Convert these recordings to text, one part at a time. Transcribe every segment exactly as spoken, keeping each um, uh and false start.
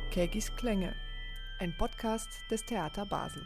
Kegis Klänge, ein Podcast des Theater Basel.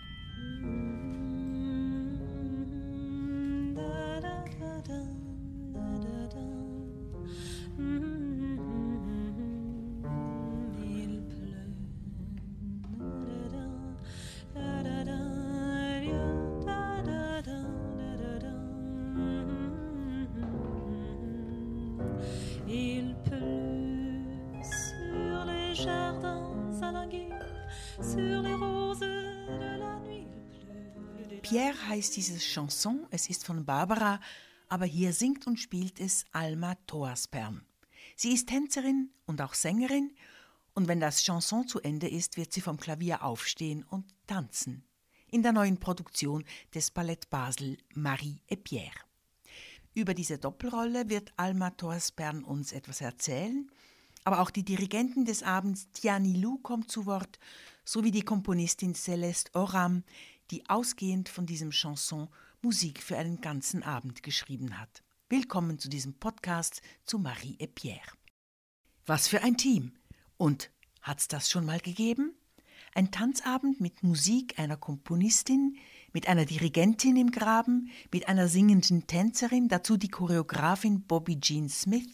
Pierre heißt diese Chanson, es ist von Barbara, aber hier singt und spielt es Alma Thoaspern. Sie ist Tänzerin und auch Sängerin und wenn das Chanson zu Ende ist, wird sie vom Klavier aufstehen und tanzen. In der neuen Produktion des Ballett Basel Marie et Pierre. Über diese Doppelrolle wird Alma Thoaspern uns etwas erzählen, aber auch die Dirigentin des Abends Tiani Lu kommt zu Wort, sowie die Komponistin Céleste Oram, die ausgehend von diesem Chanson Musik für einen ganzen Abend geschrieben hat. Willkommen zu diesem Podcast zu Marie et Pierre. Was für ein Team! Und hat's das schon mal gegeben? Ein Tanzabend mit Musik einer Komponistin, mit einer Dirigentin im Graben, mit einer singenden Tänzerin, dazu die Choreografin Bobby Jean Smith.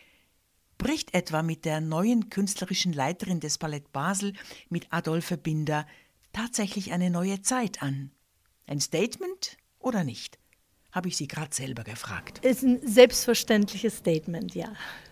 Bricht etwa mit der neuen künstlerischen Leiterin des Ballett Basel, mit Adolphe Binder, tatsächlich eine neue Zeit an? Ein Statement oder nicht? Habe ich Sie gerade selber gefragt. Ist ein selbstverständliches Statement, ja.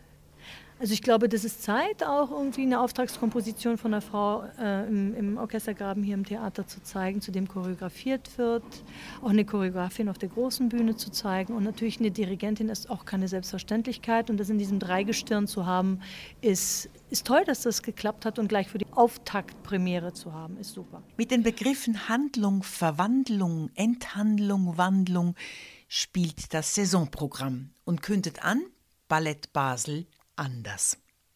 Also ich glaube, das ist Zeit, auch irgendwie eine Auftragskomposition von einer Frau äh, im, im Orchestergraben hier im Theater zu zeigen, zu dem choreografiert wird, auch eine Choreografin auf der großen Bühne zu zeigen und natürlich eine Dirigentin ist auch keine Selbstverständlichkeit und das in diesem Dreigestirn zu haben, ist, ist toll, dass das geklappt hat und gleich für die Auftaktpremiere zu haben, ist super. Mit den Begriffen Handlung, Verwandlung, Enthandlung, Wandlung spielt das Saisonprogramm und kündet an, Ballett Basel anders.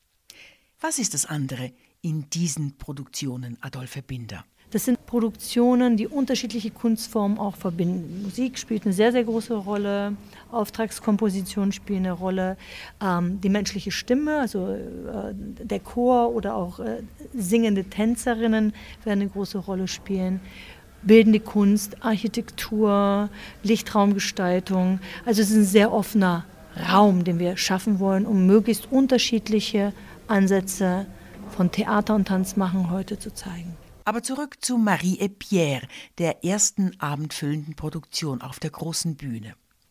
Was ist das andere in diesen Produktionen, Adolphe Binder? Das sind Produktionen, die unterschiedliche Kunstformen auch verbinden. Musik spielt eine sehr, sehr große Rolle, Auftragskomposition spielt eine Rolle, ähm, die menschliche Stimme, also äh, der Chor oder auch äh, singende Tänzerinnen werden eine große Rolle spielen. Bildende Kunst, Architektur, Lichtraumgestaltung. Also es ist ein sehr offener Raum, den wir schaffen wollen, um möglichst unterschiedliche Ansätze von Theater und Tanzmachen heute zu zeigen. Aber zurück zu Marie et Pierre, der ersten abendfüllenden Produktion auf der großen Bühne.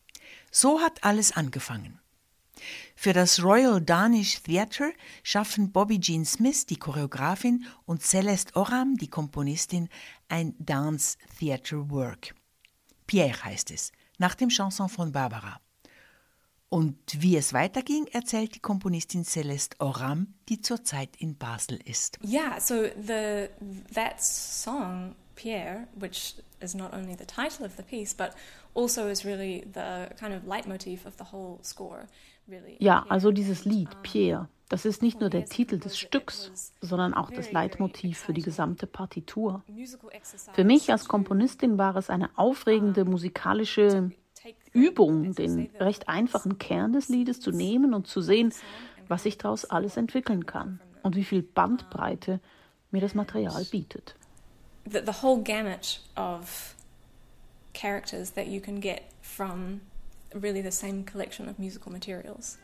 So hat alles angefangen. Für das Royal Danish Theatre schaffen Bobby Jean Smith, die Choreografin, und Céleste Oram, die Komponistin, ein Dance Theatre Work. Pierre heißt es, nach dem Chanson von Barbara. Und wie es weiterging, erzählt die Komponistin Céleste Oram, die zurzeit in Basel ist. Yeah, so the that song Pierre, which is not only the title of the piece, but also is really the kind of leitmotif of the whole score. Really. Ja, also dieses Lied Pierre, das ist nicht nur der Titel des Stücks, sondern auch das Leitmotiv für die gesamte Partitur. Für mich als Komponistin war es eine aufregende musikalische Übung, den recht einfachen Kern des Liedes zu nehmen und zu sehen, was sich daraus alles entwickeln kann und wie viel Bandbreite mir das Material bietet. The, the whole gamut of characters that you can get from really the same collection of musical materials.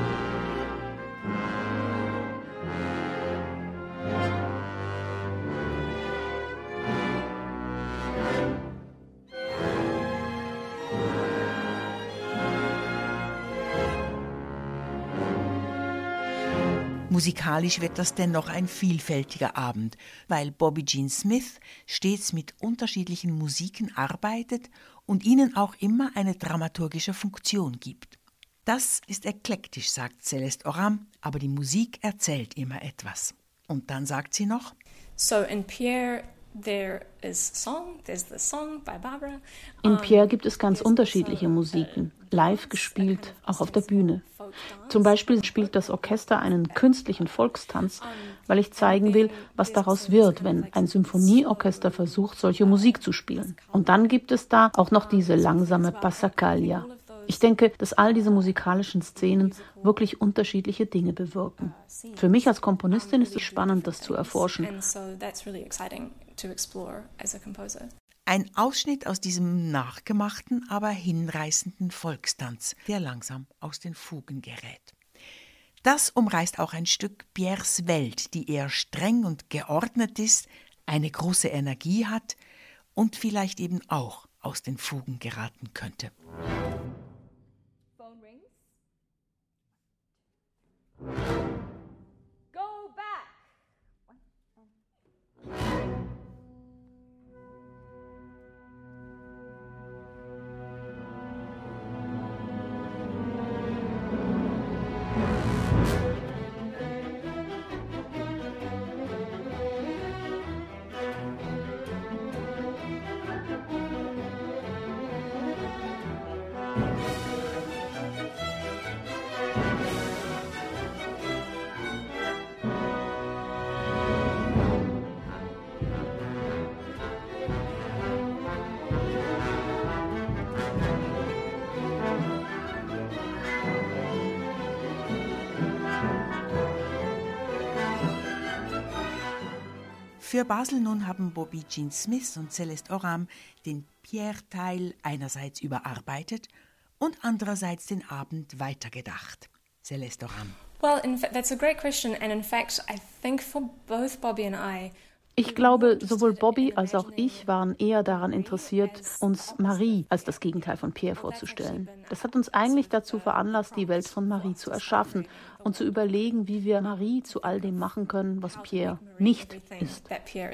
Musikalisch wird das dennoch ein vielfältiger Abend, weil Bobby Jean Smith stets mit unterschiedlichen Musiken arbeitet und ihnen auch immer eine dramaturgische Funktion gibt. Das ist eklektisch, sagt Céleste Oram, aber die Musik erzählt immer etwas. Und dann sagt sie noch: So in Pierre there is song, there's the song by Barbara. In Pierre gibt es ganz unterschiedliche Musiken, live gespielt, auch auf der Bühne. Zum Beispiel spielt das Orchester einen künstlichen Volkstanz, weil ich zeigen will, was daraus wird, wenn ein Symphonieorchester versucht, solche Musik zu spielen. Und dann gibt es da auch noch diese langsame Passacaglia. Ich denke, dass all diese musikalischen Szenen wirklich unterschiedliche Dinge bewirken. Für mich als Komponistin ist es spannend, das zu erforschen. Ein Ausschnitt aus diesem nachgemachten, aber hinreißenden Volkstanz, der langsam aus den Fugen gerät. Das umreißt auch ein Stück Pierres Welt, die eher streng und geordnet ist, eine große Energie hat und vielleicht eben auch aus den Fugen geraten könnte. Phone rings. Go back. Für Basel nun haben Bobby Jean Smith und Celeste Oram den Pierre-Teil einerseits überarbeitet und andererseits den Abend weitergedacht. Celeste Oram. Well, in fa- that's a great question, and in fact, I think for both Bobby and I, Ich glaube, sowohl Bobby als auch ich waren eher daran interessiert, uns Marie als das Gegenteil von Pierre vorzustellen. Das hat uns eigentlich dazu veranlasst, die Welt von Marie zu erschaffen und zu überlegen, wie wir Marie zu all dem machen können, was Pierre nicht ist.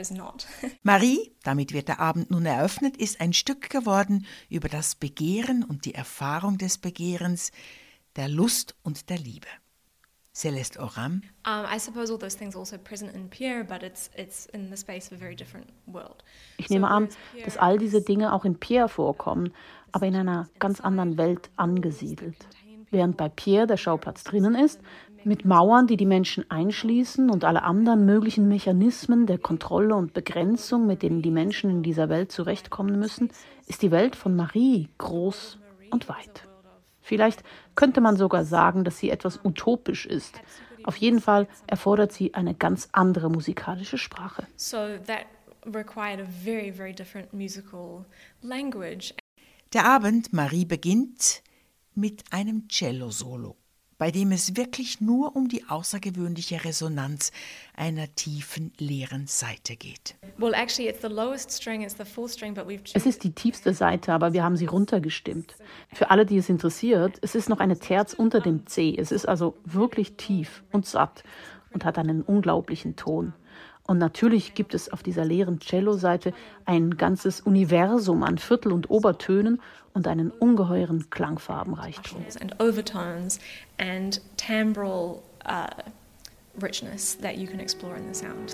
Marie, damit wird der Abend nun eröffnet, ist ein Stück geworden über das Begehren und die Erfahrung des Begehrens, der Lust und der Liebe. Celeste Oram. Um, I suppose all those things are also present in Pierre, but it's it's in the space of a very different world. Ich nehme an, dass all diese Dinge auch in Pierre vorkommen, aber in einer ganz anderen Welt angesiedelt. Während bei Pierre der Schauplatz drinnen ist, mit Mauern, die die Menschen einschließen und alle anderen möglichen Mechanismen der Kontrolle und Begrenzung, mit denen die Menschen in dieser Welt zurechtkommen müssen, ist die Welt von Marie groß und weit. Vielleicht könnte man sogar sagen, dass sie etwas utopisch ist. Auf jeden Fall erfordert sie eine ganz andere musikalische Sprache. So that required a very, very different musical language. Der Abend, Marie beginnt mit einem Cello-Solo, bei dem es wirklich nur um die außergewöhnliche Resonanz einer tiefen, leeren Saite geht. Well, actually, it's the lowest string, it's the fourth string, but we've Es ist die tiefste Saite, aber wir haben sie runtergestimmt. Für alle, die es interessiert, es ist noch eine Terz unter dem C. Es ist also wirklich tief und satt und hat einen unglaublichen Ton. Und natürlich gibt es auf dieser leeren Cello-Seite ein ganzes Universum an Viertel- und Obertönen und einen ungeheuren Klangfarbenreichtum. and overtones and timbral uh, richness that you can explore in the sound.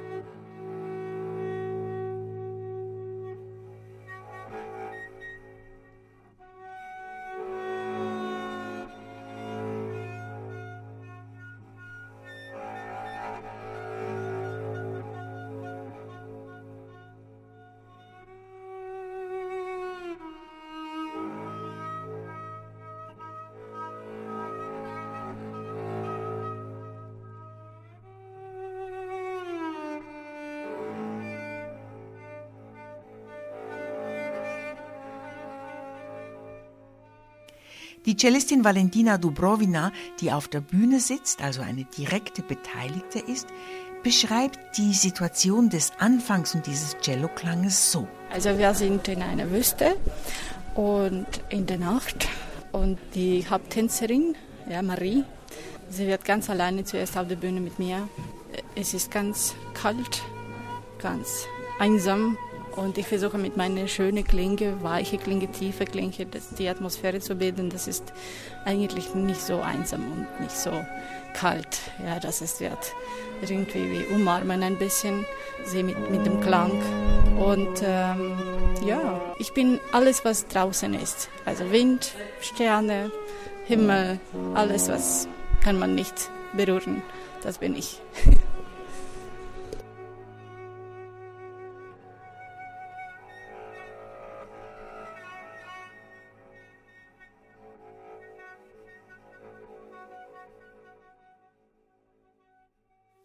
Die Cellistin Valentina Dubrovina, die auf der Bühne sitzt, also eine direkte Beteiligte ist, beschreibt die Situation des Anfangs und dieses Celloklanges so. Also wir sind in einer Wüste und in der Nacht und die Haupttänzerin, ja, Marie, sie wird ganz alleine zuerst auf der Bühne mit mir. Es ist ganz kalt, ganz einsam. Und ich versuche mit meiner schönen Klinge, weiche Klinge, tiefe Klinge, das, die Atmosphäre zu bilden. Das ist eigentlich nicht so einsam und nicht so kalt. Ja, das ist, wird irgendwie wie umarmen ein bisschen, sie mit, mit dem Klang. Und ähm, ja, ich bin alles, was draußen ist. Also Wind, Sterne, Himmel, alles, was kann man nicht berühren, das bin ich.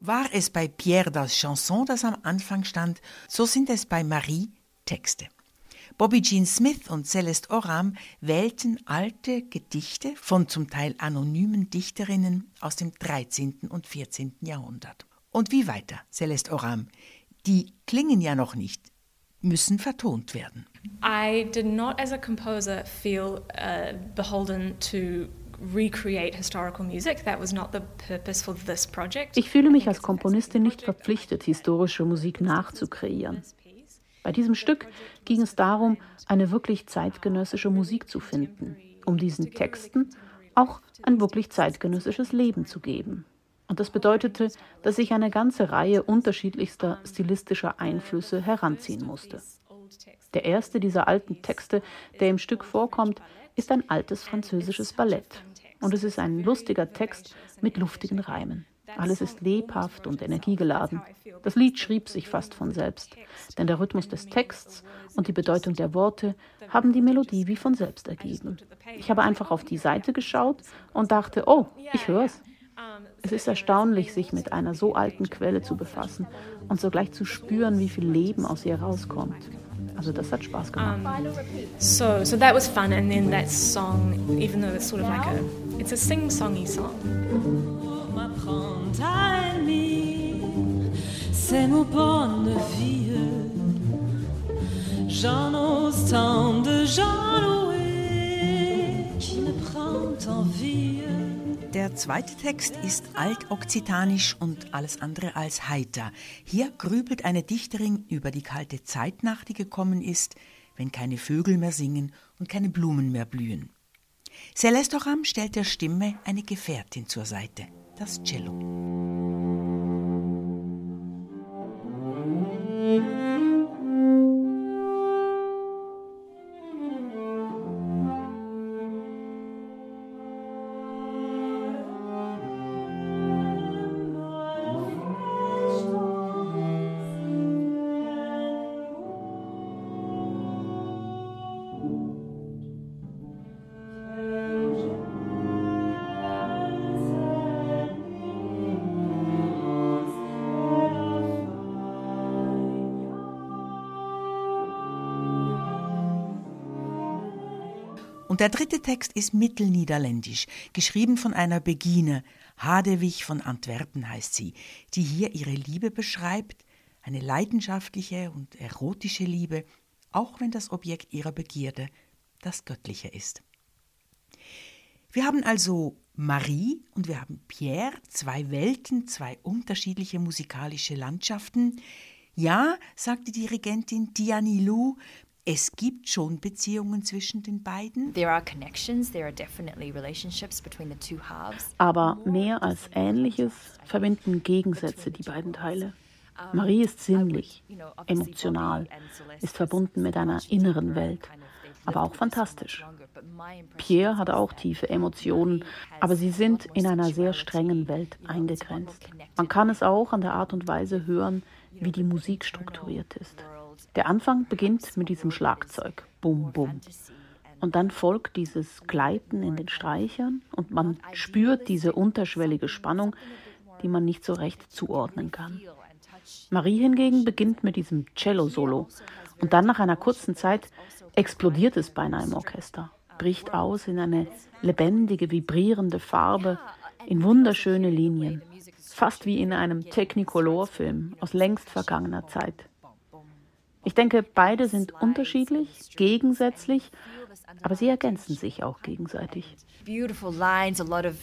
War es bei Pierre das Chanson, das am Anfang stand, so sind es bei Marie Texte. Bobby Jean Smith und Celeste Oram wählten alte Gedichte von zum Teil anonymen Dichterinnen aus dem dreizehnten und vierzehnten Jahrhundert. Und wie weiter, Celeste Oram? Die klingen ja noch nicht, müssen vertont werden. I did not as a composer feel uh, beholden to recreate historical music. That was not the purpose for this project. Ich fühle mich als Komponistin nicht verpflichtet, historische Musik nachzukreieren. Bei diesem Stück ging es darum, eine wirklich zeitgenössische Musik zu finden, um diesen Texten auch ein wirklich zeitgenössisches Leben zu geben. Und das bedeutete, dass ich eine ganze Reihe unterschiedlichster stilistischer Einflüsse heranziehen musste. Der erste dieser alten Texte, der im Stück vorkommt, ist ein altes französisches Ballett. Und es ist ein lustiger Text mit luftigen Reimen. Alles ist lebhaft und energiegeladen. Das Lied schrieb sich fast von selbst, denn der Rhythmus des Texts und die Bedeutung der Worte haben die Melodie wie von selbst ergeben. Ich habe einfach auf die Seite geschaut und dachte, oh, ich höre es. Es ist erstaunlich, sich mit einer so alten Quelle zu befassen und sogleich zu spüren, wie viel Leben aus ihr rauskommt. Also das hat Spaß gemacht. Um, so, so that was fun, and then that song, even though it's sort of like a, it's a sing-songy song. C'est nos bonnes filles, j'en ose tant de gens loués qui me prend envie. Der zweite Text ist altokzitanisch und alles andere als heiter. Hier grübelt eine Dichterin über die kalte Zeit nach, die gekommen ist, wenn keine Vögel mehr singen und keine Blumen mehr blühen. Celeste Oram stellt der Stimme eine Gefährtin zur Seite, das Cello. Und der dritte Text ist mittelniederländisch, geschrieben von einer Begine, Hadewig von Antwerpen heißt sie, die hier ihre Liebe beschreibt, eine leidenschaftliche und erotische Liebe, auch wenn das Objekt ihrer Begierde das Göttliche ist. Wir haben also Marie und wir haben Pierre, zwei Welten, zwei unterschiedliche musikalische Landschaften. Ja, sagt die Dirigentin Diany Lou, es gibt schon Beziehungen zwischen den beiden. Aber mehr als Ähnliches verbinden Gegensätze die beiden Teile. Marie ist sinnlich, emotional, ist verbunden mit einer inneren Welt, aber auch fantastisch. Pierre hat auch tiefe Emotionen, aber sie sind in einer sehr strengen Welt eingegrenzt. Man kann es auch an der Art und Weise hören, wie die Musik strukturiert ist. Der Anfang beginnt mit diesem Schlagzeug, bum, bum. Und dann folgt dieses Gleiten in den Streichern und man spürt diese unterschwellige Spannung, die man nicht so recht zuordnen kann. Marie hingegen beginnt mit diesem Cello-Solo und dann nach einer kurzen Zeit explodiert es beinahe im Orchester, bricht aus in eine lebendige, vibrierende Farbe, in wunderschöne Linien, fast wie in einem Technicolor-Film aus längst vergangener Zeit. Ich denke, beide sind unterschiedlich, gegensätzlich, aber sie ergänzen sich auch gegenseitig. Beautiful lines, a lot of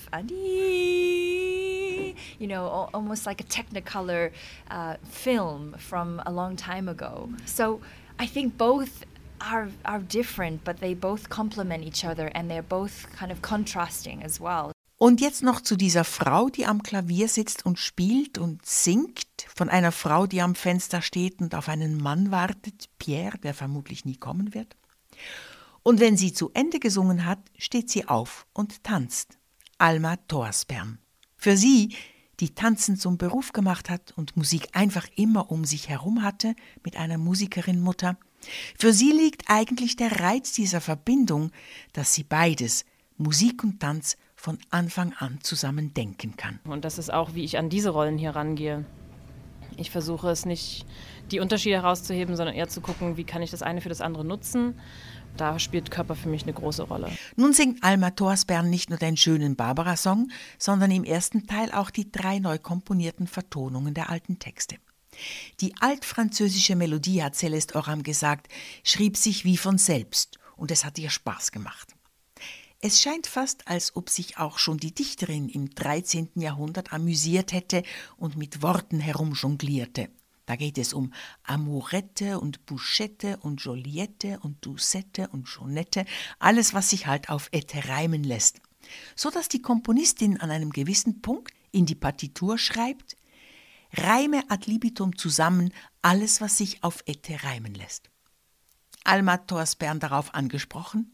you know, almost like a Technicolor uh, film from a long time ago. So I think both are are different, but they both complement each other and they're both kind of contrasting as well. Und jetzt noch zu dieser Frau, die am Klavier sitzt und spielt und singt, von einer Frau, die am Fenster steht und auf einen Mann wartet, Pierre, der vermutlich nie kommen wird. Und wenn sie zu Ende gesungen hat, steht sie auf und tanzt. Alma Thorsperm. Für sie, die Tanzen zum Beruf gemacht hat und Musik einfach immer um sich herum hatte, mit einer Musikerin-Mutter, für sie liegt eigentlich der Reiz dieser Verbindung, dass sie beides, Musik und Tanz, von Anfang an zusammen denken kann. Und das ist auch, wie ich an diese Rollen hier rangehe. Ich versuche es nicht, die Unterschiede herauszuheben, sondern eher zu gucken, wie kann ich das eine für das andere nutzen. Da spielt Körper für mich eine große Rolle. Nun singt Alma Thorsbern nicht nur den schönen Barbara-Song, sondern im ersten Teil auch die drei neu komponierten Vertonungen der alten Texte. Die altfranzösische Melodie, hat Céleste Oram gesagt, schrieb sich wie von selbst und es hat ihr Spaß gemacht. Es scheint fast, als ob sich auch schon die Dichterin im dreizehnten Jahrhundert amüsiert hätte und mit Worten herumjonglierte. Da geht es um Amourette und Bouchette und Joliette und Doucette und Jeanette, alles, was sich halt auf Ette reimen lässt. So dass die Komponistin an einem gewissen Punkt in die Partitur schreibt: Reime ad libitum zusammen, alles, was sich auf Ette reimen lässt. Alma Thorsbern darauf angesprochen?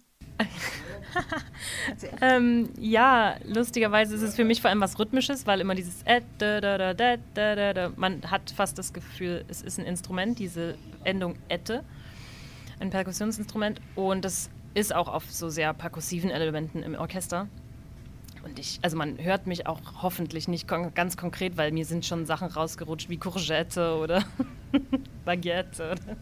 ähm, ja, lustigerweise ist es für mich vor allem was Rhythmisches, weil immer dieses äh, da, da, da, da, da, da, man hat fast das Gefühl, es ist ein Instrument, diese Endung Ette, ein Perkussionsinstrument, und das ist auch auf so sehr perkussiven Elementen im Orchester. Und ich, also man hört mich auch hoffentlich nicht kon- ganz konkret, weil mir sind schon Sachen rausgerutscht wie Courgette oder Baguette. Oder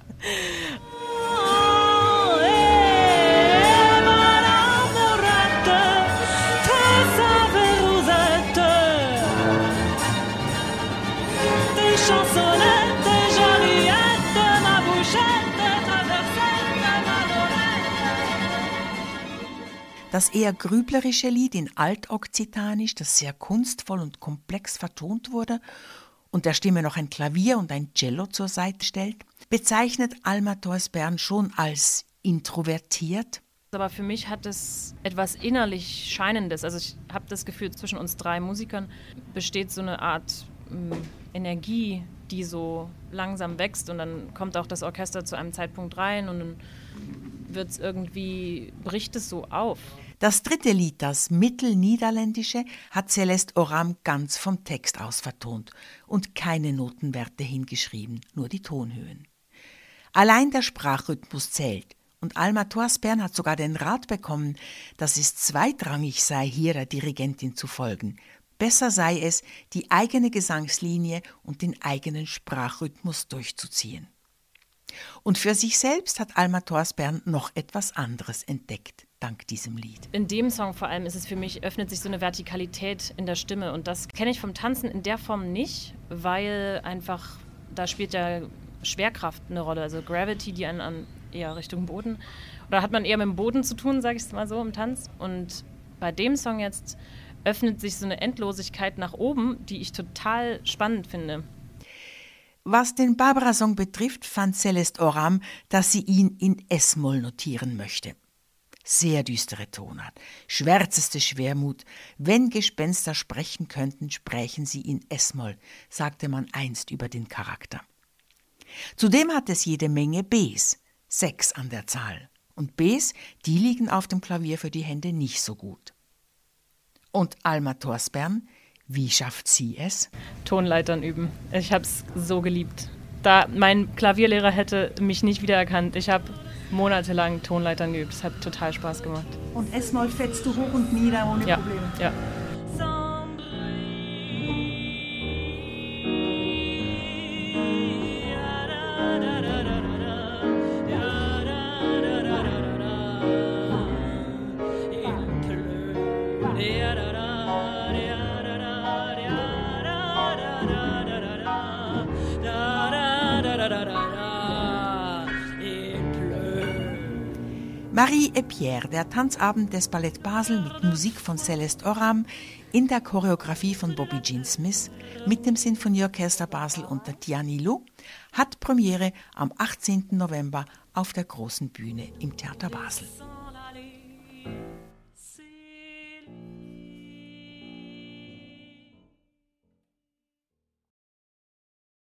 Das eher grüblerische Lied in Altokzitanisch, das sehr kunstvoll und komplex vertont wurde und der Stimme noch ein Klavier und ein Cello zur Seite stellt, bezeichnet Alma Thorsbern schon als introvertiert. Aber für mich hat es etwas innerlich Scheinendes. Also ich habe das Gefühl, zwischen uns drei Musikern besteht so eine Art ähm, Energie, die so langsam wächst, und dann kommt auch das Orchester zu einem Zeitpunkt rein und dann wird es irgendwie, bricht es so auf. Das dritte Lied, das Mittelniederländische, hat Céleste Oram ganz vom Text aus vertont und keine Notenwerte hingeschrieben, nur die Tonhöhen. Allein der Sprachrhythmus zählt, und Alma Thorsbern hat sogar den Rat bekommen, dass es zweitrangig sei, hier der Dirigentin zu folgen. Besser sei es, die eigene Gesangslinie und den eigenen Sprachrhythmus durchzuziehen. Und für sich selbst hat Alma Thorsbern noch etwas anderes entdeckt, dank diesem Lied. In dem Song vor allem ist es für mich, öffnet sich so eine Vertikalität in der Stimme, und das kenne ich vom Tanzen in der Form nicht, weil einfach, da spielt ja Schwerkraft eine Rolle, also Gravity, die einen an eher Richtung Boden, oder hat man eher mit dem Boden zu tun, sage ich es mal so, im Tanz. Und bei dem Song jetzt öffnet sich so eine Endlosigkeit nach oben, die ich total spannend finde. Was den Barbara-Song betrifft, fand Céleste Oram, dass sie ihn in S-Moll notieren möchte. Sehr düstere Tonart, schwärzeste Schwermut. Wenn Gespenster sprechen könnten, sprächen sie in S-Moll, sagte man einst über den Charakter. Zudem hat es jede Menge Bs, sechs an der Zahl. Und Bs, die liegen auf dem Klavier für die Hände nicht so gut. Und Alma Thorsbern, wie schafft sie es? Tonleitern üben. Ich habe es so geliebt. Da mein Klavierlehrer hätte mich nicht wiedererkannt. Ich habe monatelang Tonleitern geübt. Es hat total Spaß gemacht. Und S-Moll fetzt du hoch und nieder ohne ja, Probleme? Ja. Marie et Pierre, der Tanzabend des Ballett Basel mit Musik von Céleste Oram, in der Choreografie von Bobby Jean Smith, mit dem Sinfonieorchester Basel unter Tiani Lo, hat Premiere am achtzehnten November auf der großen Bühne im Theater Basel.